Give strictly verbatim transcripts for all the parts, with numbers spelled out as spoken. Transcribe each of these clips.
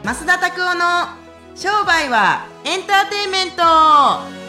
増田拓夫の商売はエンターテインメント。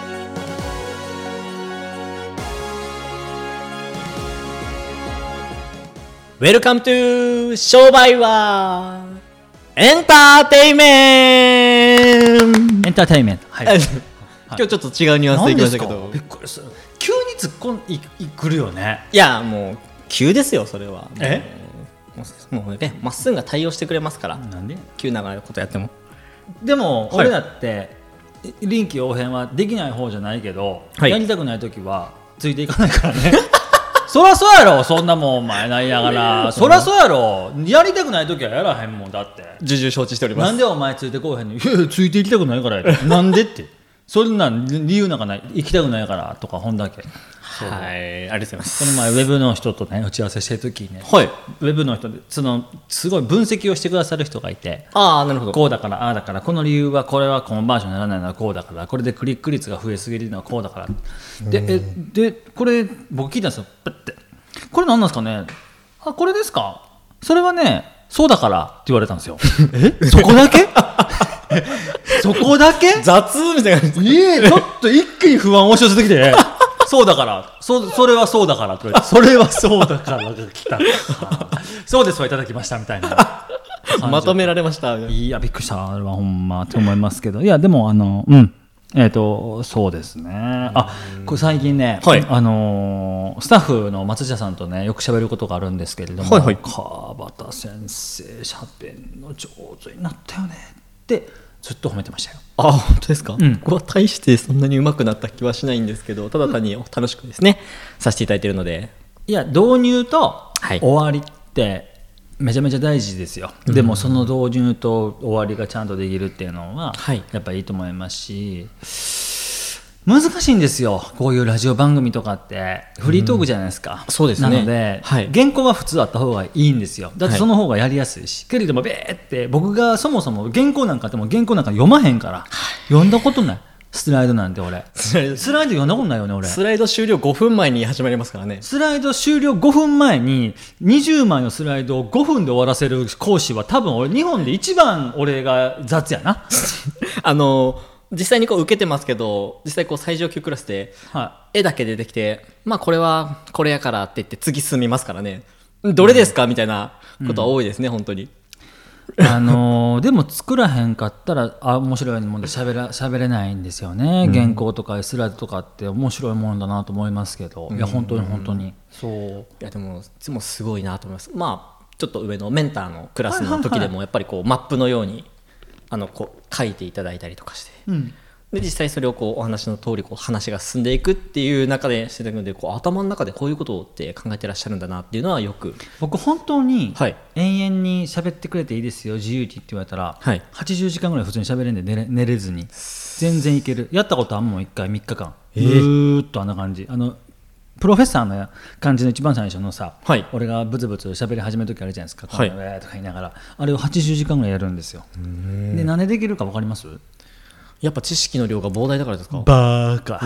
ウェルカムトゥー商売はエンターテイメント。 エンターテインメント、はい、 今日ちょっと違うニュアンスでいきましたけど、 びっくりする。急に突っ込んいいくるよね。 いやもう急ですよそれは。 えもうもうねまっすんが対応してくれますから。 なんで急なことやっても。 でも、 はい、 俺だって臨機応変はできない方じゃないけど、 はい、 やりたくない時はついていかないからねそらそうやろ、そんなもんお前ないやがらそらそうやろ、やりたくない時はやらへんもんだって。 重々承知しております。 なんでお前ついてこうへんの。いやいやついていきたくないからやなんでってそんなん理由なんかない、行きたくないからとかほんだけ。 はい、ありがとうございます。 この前ウェブの人とね打ち合わせしてる時にね、 はい、 ウェブの人でそのすごい分析をしてくださる人がいて、 ああなるほど、 こうだからああだから、この理由はこれはコンバージョンにならないのはこうだから、これでクリック率が増えすぎるのはこうだからで、えでこれ僕聞いたんですよ。パッてこれ何なんですかね。あこれですか。それはねそうだからって言われたんですよえそこだけそこだけ雑みたいな感じ。 いえちょっと一気に不安押し寄せてきてそうだからそ、それはそうだからって言われて、それはそうだからが来たそうですわいただきましたみたいなまとめられました。 いやびっくりした、あれはほんまって思いますけど、いやでもあのうんえーとそうですね。あこれ最近ね、 はい、 あのー、スタッフの松下さんとねよく喋ることがあるんですけれども、 はいはい、 川端先生しゃべんの上手になったよねってずっと褒めてましたよ。 あ本当ですか、 うん、 僕は大してそんなに上手くなった気はしないんですけど、ただ単に楽しくですね、うん、させていただいているので。 いや導入と終わりってめちゃめちゃ大事ですよ、うん、でもその導入と終わりがちゃんとできるっていうのはやっぱりいいと思いますし、難しいんですよこういうラジオ番組とかってフリートークじゃないですか、 うん、そうですね。 なので、はい、原稿は普通あった方がいいんですよ。だってその方がやりやすいし、はい、けれどもべーって僕がそもそも原稿なんかでも原稿なんか読まへんから、はい、読んだことない。スライドなんて俺スライド読んだことないよね。俺スライド終了ごふんまえに始まりますからね。 スライド終了ごふんまえににじゅうまいのスライドをごふんで終わらせる講師は多分俺日本で一番俺が雑やなあの実際にこう受けてますけど、実際こう最上級クラスで絵だけ出てきて、まあこれはこれやからって言って次進みますからね。どれですかみたいなことは多いですね、うん、本当に。 あのー、でも作らへんかったらあ面白いもんで喋ら喋れないんですよね、うん、原稿とかスライドとかって面白いもんだなと思いますけど、うん、いや本当に本当にそう。 いやでもいつもすごいなと思います。まあちょっと上のメンターのクラスの時でもやっぱりこうマップのようにあのこう書いていただいたりとかして、うん、で実際それをこうお話の通りこう話が進んでいくっていう中でしてたので、こう頭の中でこういうことをって考えてらっしゃるんだなっていうのはよく。 僕本当に、 はい、 延々に喋ってくれていいですよ自由にって言われたら、はい、はちじゅうじかんぐらい普通に喋れんで 寝れ、寝れずに全然いける。やったことあんもんいっかいみっかかん、えー、ずーっとあんな感じ。あのプロフェッサーの感じの一番最初のさ、はい、俺がブツブツ喋り始める時あるじゃないですか、はい、とか言いながらあれをはちじゅうじかんぐらいやるんですよ。で何でできるか分かります？ やっぱ知識の量が膨大だからですか？ バーカ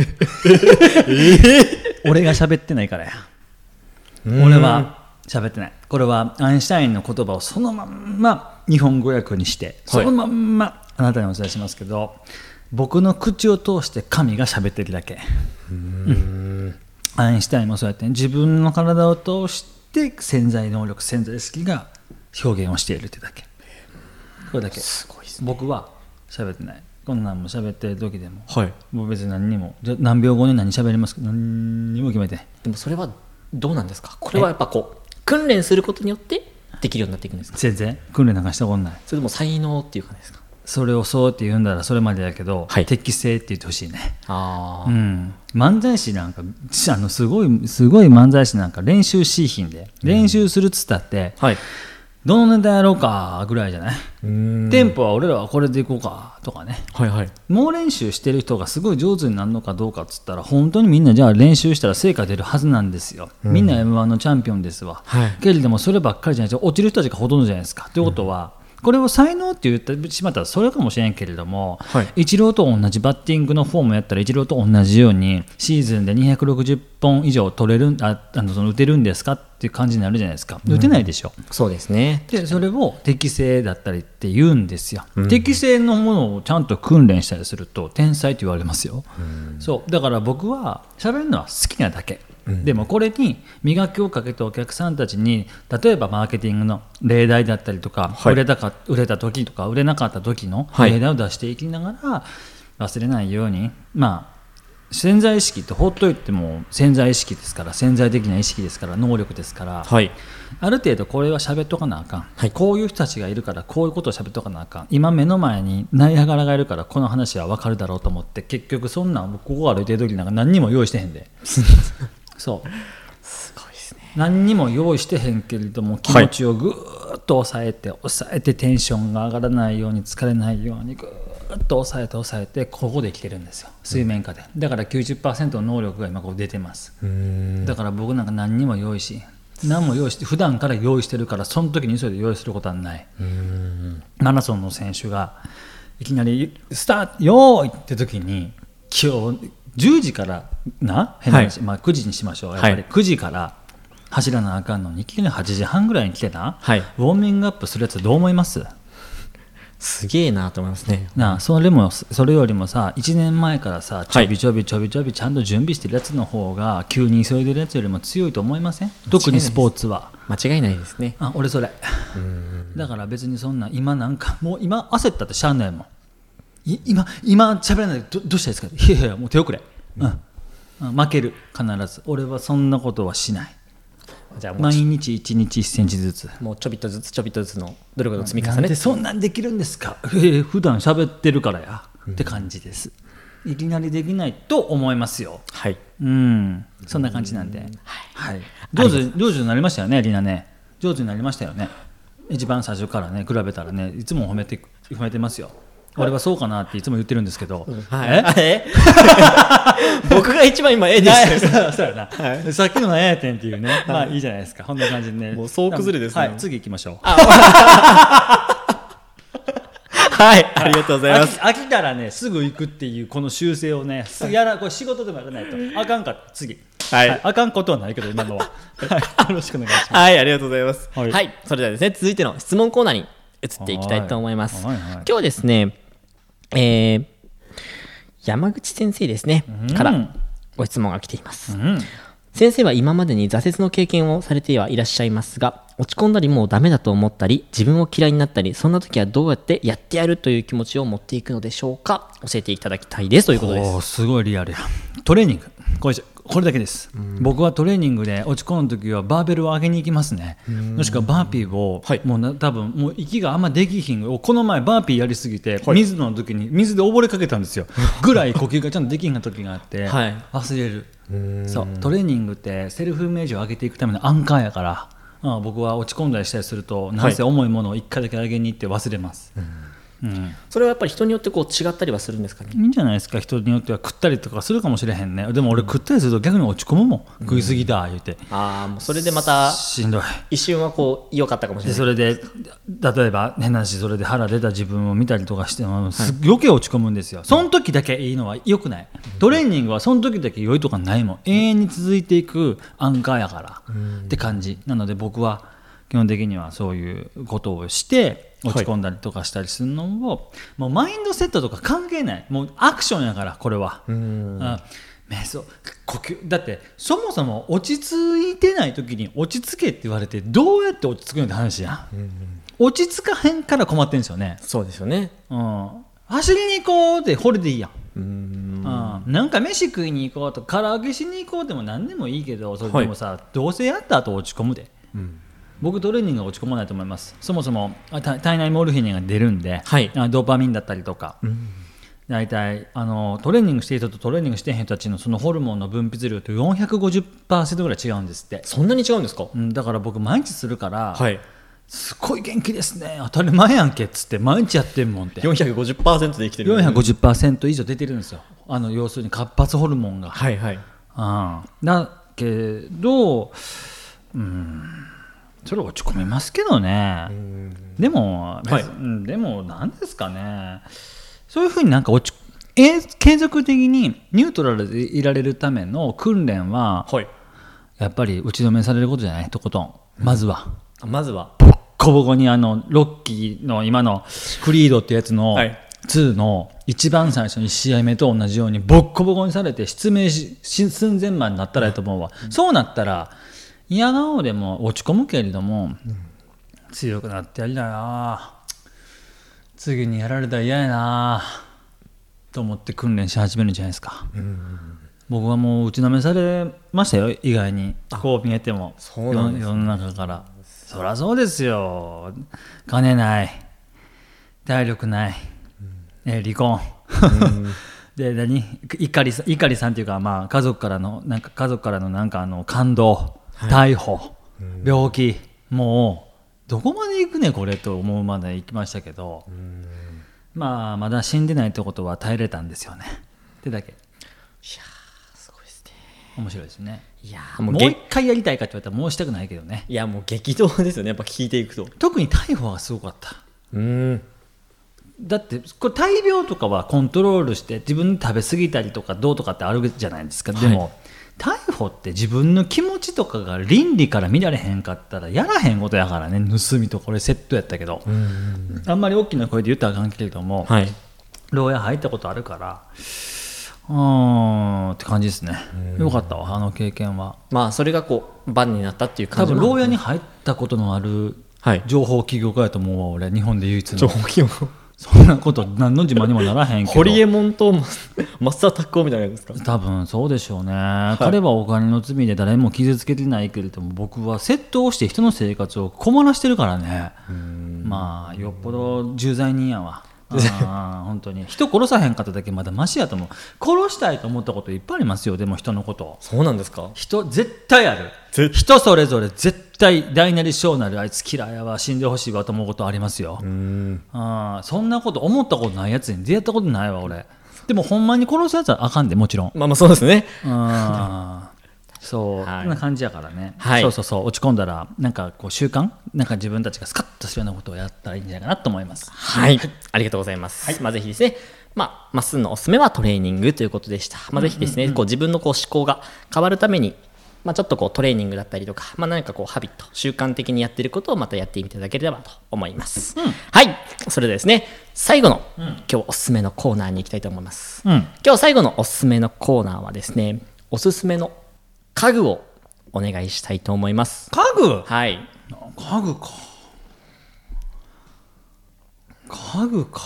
俺が喋ってないからや。俺は喋ってない。これはアインシュタインの言葉をそのまんま日本語訳にしてそのまんまあなたにお伝えしますけど、はい、僕の口を通して神が喋ってるだけ。うーん、うんアインシュタインもそうやって、ね、自分の体を通して潜在能力潜在意識が表現をしているってだけ。これだけ。 すごいですね。 僕は喋ってない。こんなんも喋ってる時でも、 はい、 もう別に何にもじゃ何秒後に何喋りますか何にも決めて。 でもそれはどうなんですか？これはやっぱこう訓練することによってできるようになっていくんですか？ 全然訓練なんかしたことない。 それでも才能っていう感じですか？ それをそうって言うんだらそれまでだけど、はい、適正って言ってほしいね。 あ、 うん、漫才師なんかあのすごいすごい漫才師なんか練習しいひんで、練習するっつったって、うんはい、どのネタやろうかぐらいじゃない。うーんテンポは俺らはこれでいこうかとかね、はいはい、猛練習してる人がすごい上手になるのかどうかっつったら本当にみんなじゃあ練習したら成果出るはずなんですよ、うん、みんな エムワン のチャンピオンですわ、はい、けれどもそればっかりじゃないですか。落ちる人たちがほとんどじゃないですか。ということは、 これを才能って言ってしまったらそれかもしれんけれども、 はい、 イチローと同じバッティングのフォームやったらイチローと同じようにシーズンでにひゃくろくじゅっぽん以上取れるああのその打てるんですかっていう感じになるじゃないですか。打てないでしょ、 うん、そうですね。 でそれを適正だったりって言うんですよ、 うん、 適正のものをちゃんと訓練したりすると天才と言われますよ、うん、そうだから僕は喋るのは好きなだけ、うん、でもこれに磨きをかけてお客さんたちに例えばマーケティングの例題だったりとか、はい、売れたか売れた時とか売れなかった時の例題を出していきながら忘れないように、まあ潜在意識ってほっといても潜在意識ですから潜在的な意識ですから能力ですから、はい、ある程度これは喋っとかなあかん、はい、こういう人たちがいるからこういうことを喋っとかなあかん今目の前にナイアガラがいるからこの話は分かるだろうと思って結局そんなんここ歩いてる時なんか何にも用意してへんでそうすごいですね。 何にも用意してへんけれども気持ちをぐーっと抑えて、はい、抑えてテンションが上がらないように疲れないようにぐーっと抑えて抑えてここで来てるんですよ水面下で。だから きゅうじゅっパーセント の能力が今こう出てます。うーんだから僕なんか何にも用意し何も用意して普段から用意してるからその時に急いで用意することはない。うーんマラソンの選手がいきなりスタートよーいって時に今日じゅうじからな変な話、はいまあ、くじにしましょうやっぱりくじから走らなあかんのにいきなりはちじはんぐらいに来てな、はい、ウォーミングアップするやつどう思います？ すげえなと思いますね。 なあそれもそれよりもさいちねんまえからさちょびちょびちょびちょびちゃんと準備してるやつの方が急に急いでるやつよりも強いと思いません？特にスポーツは間違いないですね。 あ俺それうんだから別にそんな今なんかもう今焦ったってしゃあないもん。い今今喋らないで ど, どうしたらいいですか？いやいやもう手遅れ、うんうん、負ける必ず。俺はそんなことはしない。じゃあもう毎日いちにちいっセンチずつもうちょびっとずつちょびっとずつの努力の積み重ね。 なんでそんなんできるんですか？えー、普段喋ってるからや、うん、って感じです。いきなりできないと思いますよ。はい、うん、そんな感じなんで、うんはいはい、上手上手になりましたよね。リナね上手になりましたよね。一番最初からね比べたらねいつも褒めて褒めてますよ。俺はそうかなっていつも言ってるんですけど、はい、え僕が一番今 A でしたそうやな、はい、さっきの何やてんっていうね、まあいいじゃないですか。こんな感じでねもう総崩れですね、 はい、次行きましょう。 はい、ありがとうございます。 飽き、飽きたらねすぐ行くっていうこの修正をねやらこれ仕事でもやらないとあかんかった次、はいはい、あかんことはないけど今のは、はい、よろしくお願いします。 はい、ありがとうございます。はい、はい、それではですね続いての質問コーナーに移っていきたいと思います。はいはいはい、今日はですねえー、山口先生ですね、うん、からご質問が来ています、うん、先生は今までに挫折の経験をされてはいらっしゃいますが落ち込んだりもうダメだと思ったり自分を嫌いになったりそんな時はどうやってやってやるという気持ちを持っていくのでしょうか？教えていただきたいですということです。 おすごいリアルや。トレーニングこれこれだけです、うん、僕はトレーニングで落ち込んだ時はバーベルを上げに行きますね。もしくはバーピーを、はい、もうな多分もう息があんまできひんこの前バーピーやりすぎて、はい、水の時に水で溺れかけたんですよぐらい呼吸がちゃんとできひん時があって、はい、忘れる。そうトレーニングってセルフイメージを上げていくためのアンカーやから、ああ僕は落ち込んだりしたりするとなぜ重いものをいっかいだけ上げに行って忘れます、うんうん、 それはやっぱり人によってこう違ったりはするんですかね？ いいんじゃないですか。人によっては食ったりとかするかもしれへんね。でも俺食ったりすると逆に落ち込むもん、うん、食いすぎだ言うて、ああもうそれでまたしんどい一瞬はこう良かったかもしれない。 でそれで例えば変な話それで腹出た自分を見たりとかしてもす余計落ち込むんですよ、はい、その時だけいいのは良くない。トレーニングはその時だけ良いとかないもん。永遠に続いていくアンカーやからって感じなので僕は基本的にはそういうことをして落ち込んだりとかしたりするのを、はい、もうマインドセットとか関係ない。もうアクションやからこれは。うんあ瞑想呼吸だってそもそも落ち着いてない時に落ち着けって言われてどうやって落ち着くのって話やん。うん落ち着かへんから困ってんですよね。 そうですよね、 うん、走りに行こうってこれでいいやん。うんうん、なんか飯食いに行こうとか唐揚げしに行こうでも何でもいいけどそれでもさ、はい、どうせやった後落ち込むで、うん僕トレーニングが落ち込まないと思います。そもそも体内モルフィネが出るんで、はい、ドーパミンだったりとか、うん、大体あのトレーニングしている人とトレーニングしていない人たちのそのホルモンの分泌量とよんひゃくごじゅっパーセント ぐらい違うんですって。 そんなに違うんですか？ うん、だから僕毎日するから、はい、すごい元気ですね当たり前やんけっつって毎日やってんもんってよんひゃくごじゅっパーセント で生きてる、 よんひゃくごじゅっパーセント 以上出てるんですよ。あの要するに活発ホルモンが、 はいはい、 あだけどうんそれ落ち込みますけどね。うんでも、 はい、 でも何ですかね、そういうふうになんか落ちえ継続的にニュートラルでいられるための訓練は、はい、やっぱり打ち止めされることじゃないとことん、まずは、 うん、まずはボッコボコにあのロッキーの今のクリードってやつの、はい、にの一番最初のいち試合目と同じようにボッコボコにされて失明し寸前までになったらいいと思うわ、うん、そうなったら嫌顔でも落ち込むけれども、うん、強くなってやりたいな、次にやられたら嫌やなと思って訓練し始めるんじゃないですか、うんうんうん、僕はもう打ちのめされましたよ、意外にこう見えても。そうなんです、ね、世の中からそりゃそうですよ、金ない、体力ない、うん、え離婚、うん、で何怒り怒りさんっていうか、まあ、家族からのなんか家族からのなんかあの感動、逮捕、はい、病気、もうどこまで行くねこれと思うまで行きましたけど、うん、まあまだ死んでないってことは耐えれたんですよねってだけ。いやすごいですね、 面白いですね。 いやもうもう一回やりたいかって言われたらもうしたくないけどね。 いやもう激動ですよね、やっぱ聞いていくと。 特に逮捕がすごかった。 うん、 だってこれ大病とかはコントロールして自分で食べ過ぎたりとかどうとかってあるじゃないですか、はい、でも逮捕って自分の気持ちとかが倫理から乱れへんかったらやらへんことやからね。盗みとこれセットやったけど、うんうんうん、あんまり大きな声で言ったらあかんけれども、はい、牢屋入ったことあるからうーんって感じですね。よかったわあの経験は。 まあそれがこうバンになったっていう感じ。 多分牢屋に入ったことのある情報起業家やと思うわ俺、日本で唯一の情報起業家。 そんなこと何の自慢にもならへんけどホリエモンとマスタータックオみたいなやつですか。 多分そうでしょうね、はい、彼はお金の罪で誰も傷つけてないけれども僕は窃盗をして人の生活を困らしてるからね。うーん、まあよっぽど重罪人やわ。あ本当に人殺さへんかっただけまだマシやと思う。殺したいと思ったこといっぱいありますよ。でも人のこと。 そうなんですか。 人絶対ある。人それぞれ絶対大なり小なりあいつ嫌いやわ死んでほしいわと思うことありますよ。うーんあそんなこと思ったことないやつに出会ったことないわ俺。でもほんまに殺すやつはあかんでもちろん。 まあまあそうですね。 あそう、はい、こんな感じやからね、 はい、 そうそうそう落ち込んだらなんかこう習慣なんか自分たちがスカッとするようなことをやったらいいんじゃないかなと思います。 はい、はい、ありがとうございます、はい、まあ、ぜひですね、まあ、まっすんのおすすめはトレーニングということでした。まあ、ぜひですね、うんうんうん、こう自分のこう思考が変わるために、まあ、ちょっとこうトレーニングだったりとか、まあ、何かこうハビット習慣的にやっていることをまたやってみていただければと思います、うん、はい。それではですね最後の、うん、今日おすすめのコーナーに行きたいと思います、うん、今日最後のおすすめのコーナーはですねおすすめの家具をお願いしたいと思います。 家具？ はい。 家具か。家具か。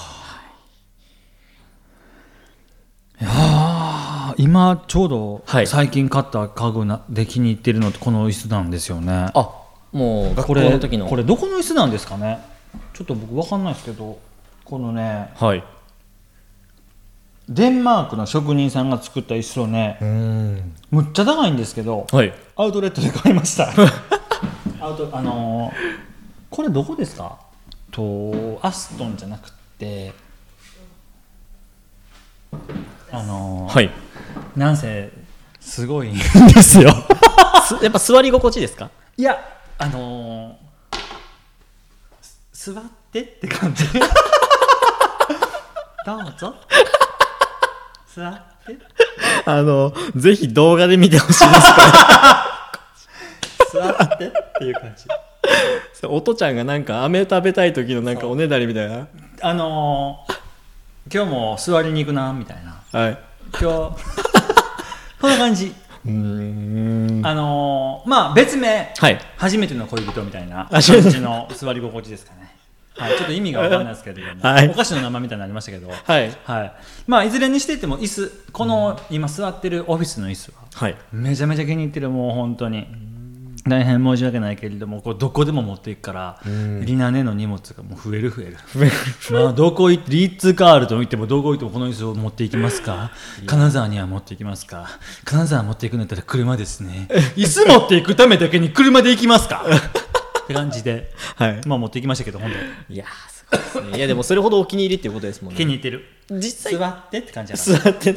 いやー今ちょうど最近買った家具なで気に入ってるのってこの椅子なんですよね。 あ、もう学校の時のこれ、これどこの椅子なんですかね。ちょっと僕分かんないですけどこのね、はい、デンマークの職人さんが作った椅子をね、うーんむっちゃ高いんですけど、はい、アウトレットで買いましたアウトあのー、これどこですかとアストンじゃなくてあのー、はいなんせすごいんですよやっぱ座り心地ですか。 いやあのー、座ってって感じどうぞ座ってあのぜひ動画で見てほしいです座ってっていう感じおとちゃんがなんか飴食べたい時のなんかおねだりみたいなあのー、今日も座りに行くなみたいな、はい、今日こんな感じうーんあのー、まあ別名、はい、初めての恋人みたいな感じの座り心地ですかねはい、ちょっと意味が分からないですけど、ねはい、お菓子の名前みたいになりましたけど、はいはい、まあいずれにしていても椅子この今座ってるオフィスの椅子は、はい、めちゃめちゃ気に入ってる。もう本当に大変申し訳ないけれどもこうどこでも持っていくからリナネの荷物がもう増える増えるまあどこ行ってリッツカールトン行ってもどこ行ってもこの椅子を持っていきますか。金沢には持っていきますか。金沢持っていくんだったら車ですね椅子持っていくためだけに車で行きますかって感じで、はい、まあ持っていきましたけど本当いやすごいですね。いやでもそれほどお気に入りっていうことですもんね。 気に入ってる。 実際座ってって感じだな。座って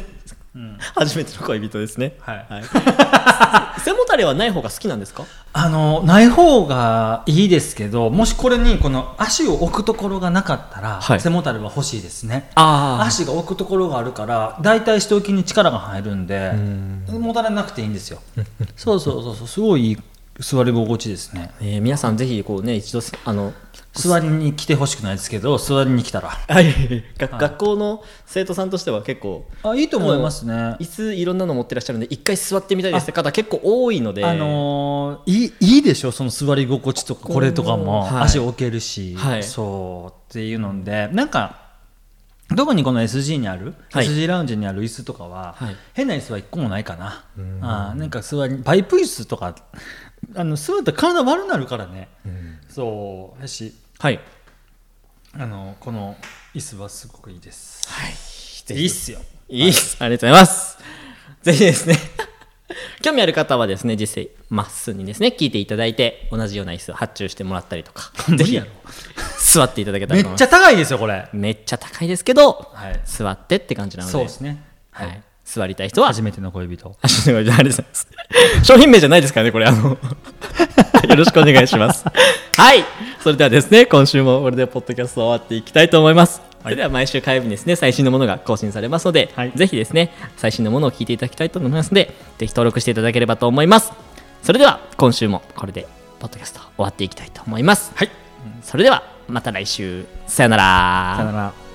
うん、 初めての恋人ですね。 はい、 はい、背もたれはない方が好きなんですか？ あのない方がいいですけど、もしこれにこの足を置くところがなかったら、はい、背もたれは欲しいですね。あ足が置くところがあるからだいたい下置きに力が入るんでもたれなくていいんですよ。そうそうそうそう、すごいいい座り心地ですね。 えー、皆さんぜひこうね一度あの座りに来てほしくないですけど座りに来たら、 はいはい、学校の生徒さんとしては結構あいいと思いますね。 椅子いろんなの持ってらっしゃるんで一回座ってみたいですって方結構多いので、 あのー、いい、いいでしょその座り心地とかこれとかも、はい、足置けるし、はい、そうっていうのでなんか特にこの エスジー にある、はい、エスジー ラウンジにある椅子とかは、はい、変な椅子はいっこもないかな。あなんか座りパイプ椅子とかあの座ったら体悪くなるからね、うん、そうやし、 はい、 あのこの椅子はすごくいいです。 はい、 いいっすよ。 いいっす、はい、ありがとうございます。ぜひですね興味ある方はですね実際まっすーにですね聞いていただいて同じような椅子を発注してもらったりとかぜひ座っていただけたらと思います。 めっちゃ高いですよこれ。 めっちゃ高いですけど、 はい、 座ってって感じなので。 そうですね、 はい、座りたい人は初めての恋人。 初めての恋人、ありがとうございます。商品名じゃないですからねこれ、あのよろしくお願いします。はい、それではですね今週もこれでポッドキャスト終わっていきたいと思います。それでは毎週火曜日にですね最新のものが更新されますので、はい、ぜひですね最新のものを聞いていただきたいと思いますのでぜひ登録していただければと思います。それでは今週もこれでポッドキャスト終わっていきたいと思います。 はい、 それではまた来週、さよなら。 さよなら。